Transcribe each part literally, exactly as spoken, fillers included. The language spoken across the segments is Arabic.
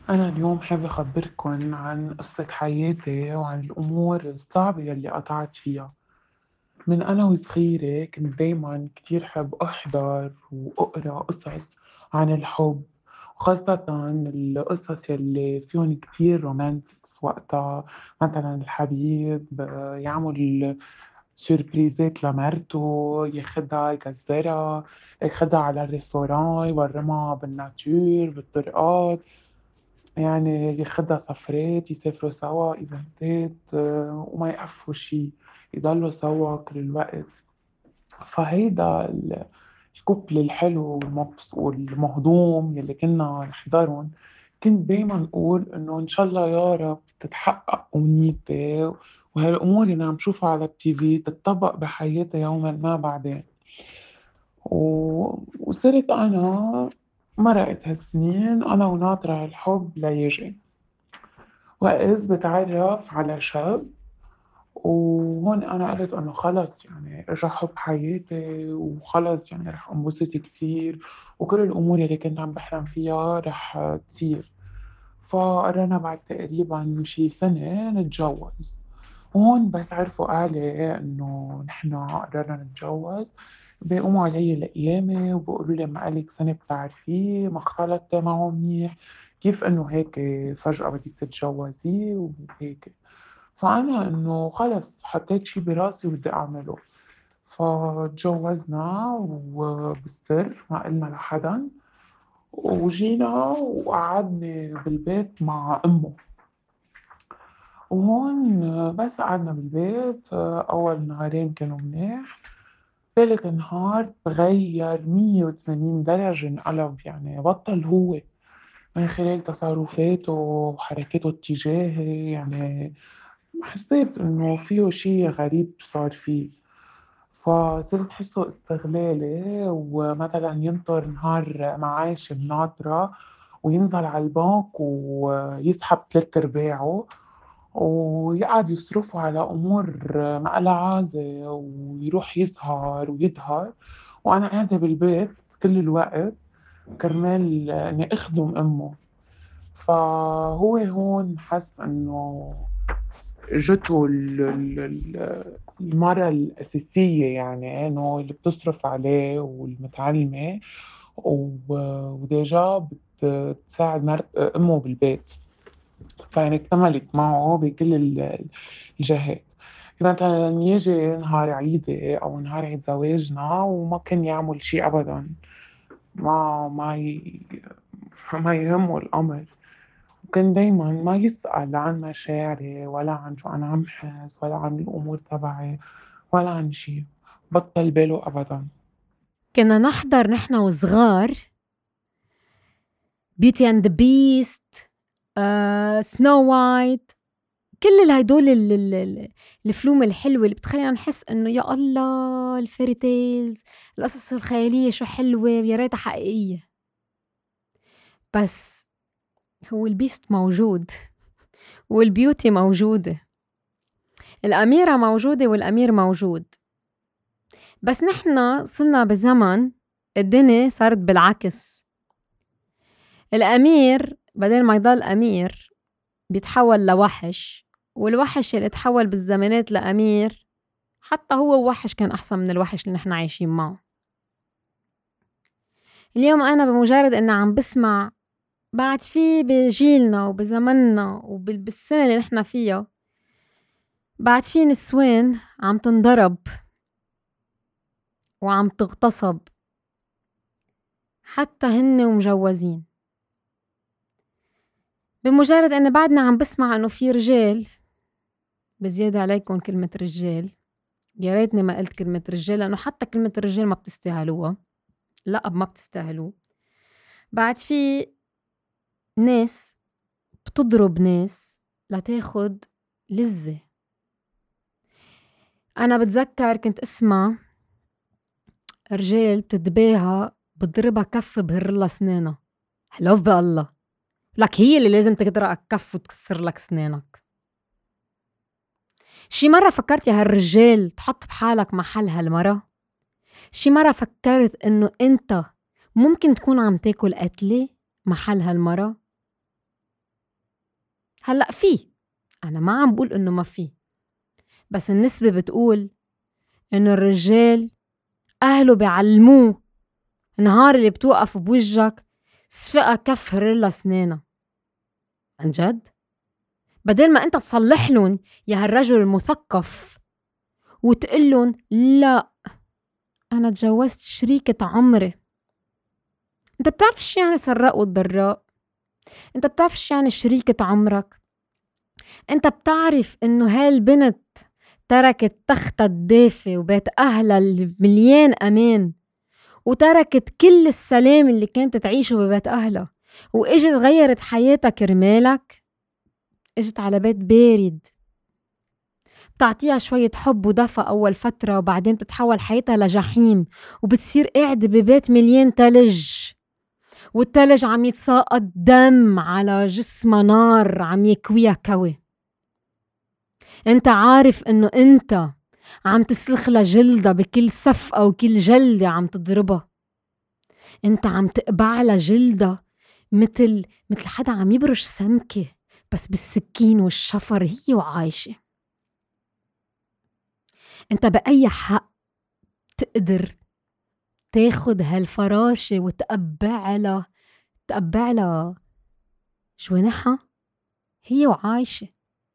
أنا اليوم حابة أخبركن عن قصة حياتي وعن الأمور الصعبة يلي قطعت فيها. من أنا وصغيرة كنت دايما كتير حب أحضر وأقرأ قصص عن الحب، وخاصة القصص يلي فيهم كتير رومانتكس وقتها. مثلا الحبيب يعمل سيربريزات لمرته، ياخدها يكزرها، ياخدها على الريستوران، يورمها بالناتور بالطرقات، يعني ياخدها سفرات، يسافروا سوا ايفنتات، آه، وما يقفوا شي، يضلوا سوا كل الوقت. فهيدا ال- الكوبل الحلو والمبس- والمهضوم يلي كنا نحضرهم، كنت دايما أقول إنه إن شاء الله يا رب تتحقق أمنيتي، وهالأمور اللي عم شوفها على التي في تتطبق بحياتي يوما ما بعدين. و... وصرت أنا مرقت هالسنين أنا وناطرة الحب ليجي، وإذ بتعرف على شاب. وهون أنا قلت إنه خلص يعني رجع حب حياتي، وخلص يعني رح انبسط كتير، وكل الأمور اللي كنت عم بحلم فيها رح تصير. فقررنا بعد تقريبا شي سنة نتجوز. هون بس عرفوا أهلي إنه نحن قررنا نتجوز، بيقوموا علي لقيامة وبيقولوا لي ما قالك سنة بتعرفيه ما اختلطتي معه منيح، كيف إنه هيك فجأة بدك تتجوزيه وهيك. فأنا إنه خلص حطيت شي براسي وبدي أعمله، فتجوزنا وبالسر ما قلنا لحدا، وجينا وقعدنا بالبيت مع أمه. وهون بس قعدنا بالبيت، أول نهارين كانوا منيح. ثالث نهار تغير مية وثمانين درجة، انقلب يعني بطل هو، من خلال تصرفاته وحركاته اتجاهي. يعني حسيت إنه فيه شي غريب صار فيه. فصرت حسه استغلالي، ومثلا ينطر نهار معاش بناطرة وينزل على البنك ويسحب ثلاث أرباعه، ويقعد يصرفه على أمور ما لها عازة، ويروح يسهر ويدهر، وأنا قاعدة بالبيت كل الوقت كرمال إني أخدم أمه. فهو هون حس إنه جته ال- ال- ال- المرة الأساسية، يعني إنه اللي بتصرف عليه والمتعلمة، و- وديجا بتساعد مرت أمه بالبيت. فيعني اكتملت معه بكل ال- الجهات. مثلا يجي نهار عيدي أو نهار عيد زواجنا وما كان يعمل شيء أبدا، ما ما ي... ما يهمه الأمر. وكان دايما ما يسأل عن مشاعري ولا عن شو أنا عم حس ولا عن الأمور تبعي ولا عن شي، بطل باله أبدا. كنا نحضر نحن وصغار بيوتي اند ذا بيست، سنو وايت، كل الهدول ال- ال- ال- الفلوم الحلوة اللي بتخلينا نحس انه يا الله الفيري تيلز، القصص الخيالية شو حلوة ويا ريتها حقيقية. بس هو البيست موجود والبيوتي موجودة، الأميرة موجودة والأمير موجود. بس نحن صرنا بزمن الدنيا صارت بالعكس. الأمير بدل ما يضل أمير بيتحول لوحش، والوحش اللي تحول بالزمانات لأمير حتى هو وحش كان أحسن من الوحش اللي نحن عايشين معه. اليوم أنا بمجرد إني عم بسمع بعد في بجيلنا وبزمننا وبالسنة اللي نحن فيها بعد في نسوان عم تنضرب وعم تغتصب حتى هن ومجوزين. بمجرد إن بعدنا عم بسمع إنه في رجال، بزيادة عليكم كلمة رجال، يا ريتني ما قلت كلمة رجال لأنه حتى كلمة الرجال ما بتستاهلوها، لقب ما بتستاهلوه. بعد في ناس بتضرب ناس لتاخد لذة. أنا بتذكر كنت اسمع رجال تتباهى بتضربها كف بهرلها سنانها، حلوف بالله، لك هي اللي لازم تقدرك كف وتكسر لك سنانك. شي مرة فكرت يا هالرجال تحط بحالك محل هالمرة؟ شي مرة فكرت إنه أنت ممكن تكون عم تاكل قتلة محل هالمرة؟ هلأ في، أنا ما عم بقول إنه ما في، بس النسبة بتقول إنه الرجال أهله بيعلموه نهار اللي بتوقف بوجهك صفقة كف هرلها سنانها. عن جد؟ بدل ما أنت تصلحلن يا هالرجل المثقف وتقلن لا أنا تجوزت شريكة عمري. أنت بتعرف شو يعني سراء والضراء؟ أنت بتعرف شو يعني شريكة عمرك؟ أنت بتعرف إنه هالبنت تركت تختها الدافي وبيت أهلها المليان أمان وتركت كل السلام اللي كانت تعيشه ببيت أهلها وإجت غيرت حياتها كرمالك؟ إجت على بيت بارد بتعطيها شوية حب ودفى أول فترة وبعدين بتتحول حياتها لجحيم وبتصير قاعدة ببيت مليان تلج والتلج عم يتساقط دم على جسمها نار عم يكويها كوي. انت عارف انه انت عم تسلخ لها جلدها بكل صفقة وكل جلدة عم تضربها. انت عم تقبع لها جلدها مثل مثل حدا عم يبرش سمكة بس بالسكين والشفر هي وعايشة. انت بأي حق تقدر تاخد هالفراشة وتقبع لها تقبع لها جوانحها هي وعايشة؟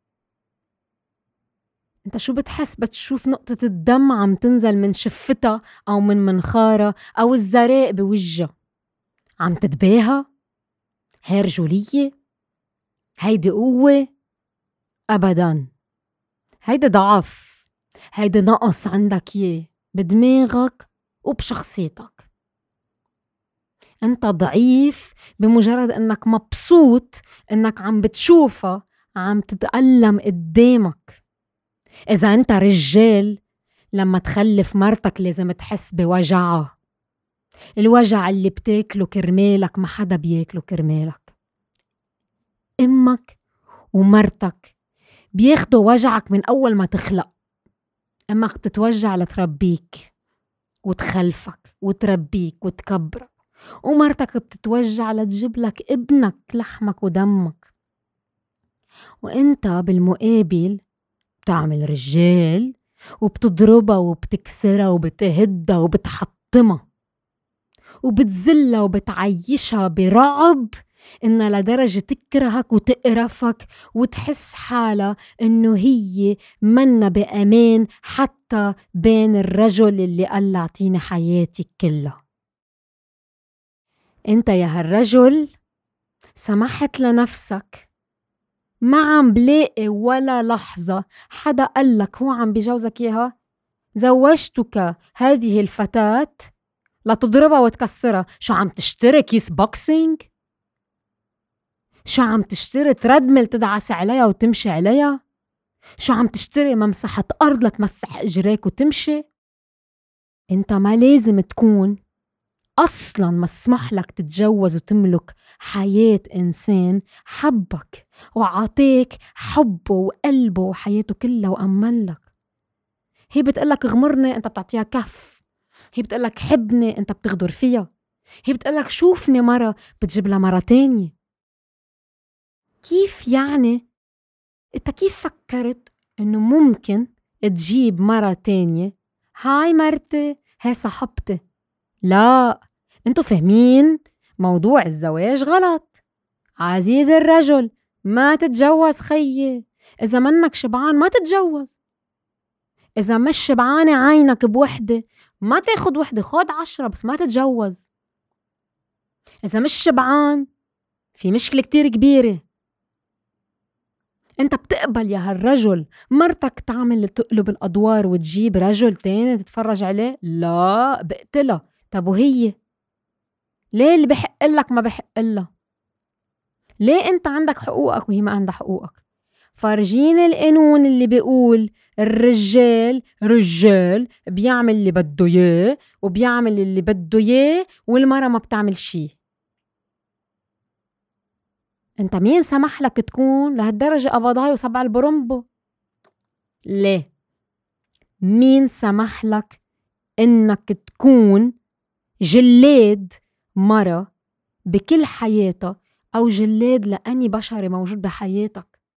انت شو بتحس بتشوف نقطة الدم عم تنزل من شفتها او من منخارها او الزراء بوجهها؟ عم تتباهى؟ هاي رجولية؟ هيدي قوة؟ ابدا، هيدا ضعف، هيدا نقص عندك اياه بدماغك وبشخصيتك. انت ضعيف بمجرد انك مبسوط انك عم بتشوفها عم تتألم قدامك. اذا انت رجال لما تخلف مرتك لازم تحس بوجعها، الوجع اللي بتاكله كرمالك ما حدا بياكله كرمالك. امك ومرتك بياخدوا وجعك من اول ما تخلق. امك بتتوجع لتربيك وتخلفك وتربيك وتكبرك، ومرتك بتتوجع لتجيب لك ابنك لحمك ودمك. وانت بالمقابل بتعمل رجال وبتضربها وبتكسرها وبتهدها وبتحطمها وبتزلها وبتعيشها برعب إنها لدرجة تكرهك وتقرفك وتحس حالها إنه هي منا بأمان حتى بين الرجل اللي قال اعطيني حياتي كلها. انت يا هالرجل سمحت لنفسك، ما عم بلاقي ولا لحظة حدا قالك هو عم بيجوزك إياها. زوجتك هذه الفتاة لتضربها وتكسرها. شو عم تشتري كيس بوكسينج؟ شو عم تشتري تردمل تدعس عليها وتمشي عليها؟ شو عم تشتري ممسحة أرض لتمسح إجريك وتمشي؟ انت ما لازم تكون أصلاً مسمح لك تتجوز وتملك حياة إنسان حبك وعطيك حبه وقلبه وحياته كلها وأمن لك. هي بتقلك غمرني أنت بتعطيها كف، هي بتقلك حبني أنت بتغدر فيها، هي بتقلك شوفني مرة بتجيب لها مرة تانية. كيف يعني؟ أنت كيف فكرت إنه ممكن تجيب مرة تانية؟ هاي مرتي، هاي صاحبتي. لا، انتوا فاهمين موضوع الزواج غلط. عزيز الرجل ما تتجوز خيي، إذا منك شبعان ما تتجوز، إذا مش شبعانة عينك بوحدة ما تاخد وحدة، خد عشرة بس ما تتجوز. إذا مش شبعان في مشكلة كتير كبيرة. انت بتقبل يا هالرجل مرتك تعمل تقلب الأدوار وتجيب رجل تاني تتفرج عليه؟ لا، بقتلها. طب وهي ليه اللي بحق لك ما بحق لها؟ ليه انت عندك حقوقك وهي ما عندها حقوقك؟ فرجيني القانون اللي بيقول الرجال رجال بيعمل اللي بده اياه وبيعمل اللي بده اياه والمرأة ما بتعمل شي. انت مين سمح لك تكون لهالدرجة قبضاي وسبع البرمبو؟ ليه؟ مين سمح لك انك تكون جلاد مرة بكل حياتها أو جلاد لأني بشري موجود بحياتك؟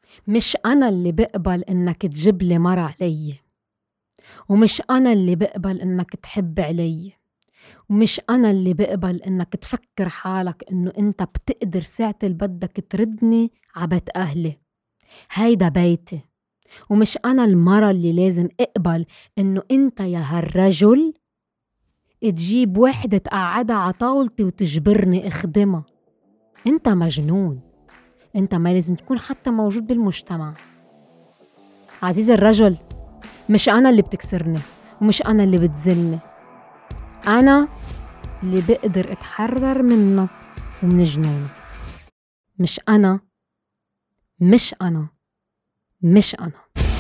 مش أنا اللي بقبل إنك تجيب لي مرة علي، ومش أنا اللي بقبل إنك تحب علي، ومش أنا اللي بقبل إنك تفكر حالك إنه أنت بتقدر ساعة اللي بدك تردني عبت أهلي. هيدا بيتي، ومش أنا المرة اللي لازم اقبل إنه أنت يا هالرجل تجيب وحدة تقعدها عطاولتي وتجبرني اخدمها. أنت مجنون، أنت ما لازم تكون حتى موجود بالمجتمع. عزيز الرجل، مش أنا اللي بتكسرني، ومش أنا اللي بتزلني، أنا اللي بقدر اتحرر منك ومن جنونك. مش أنا مش أنا مش أنا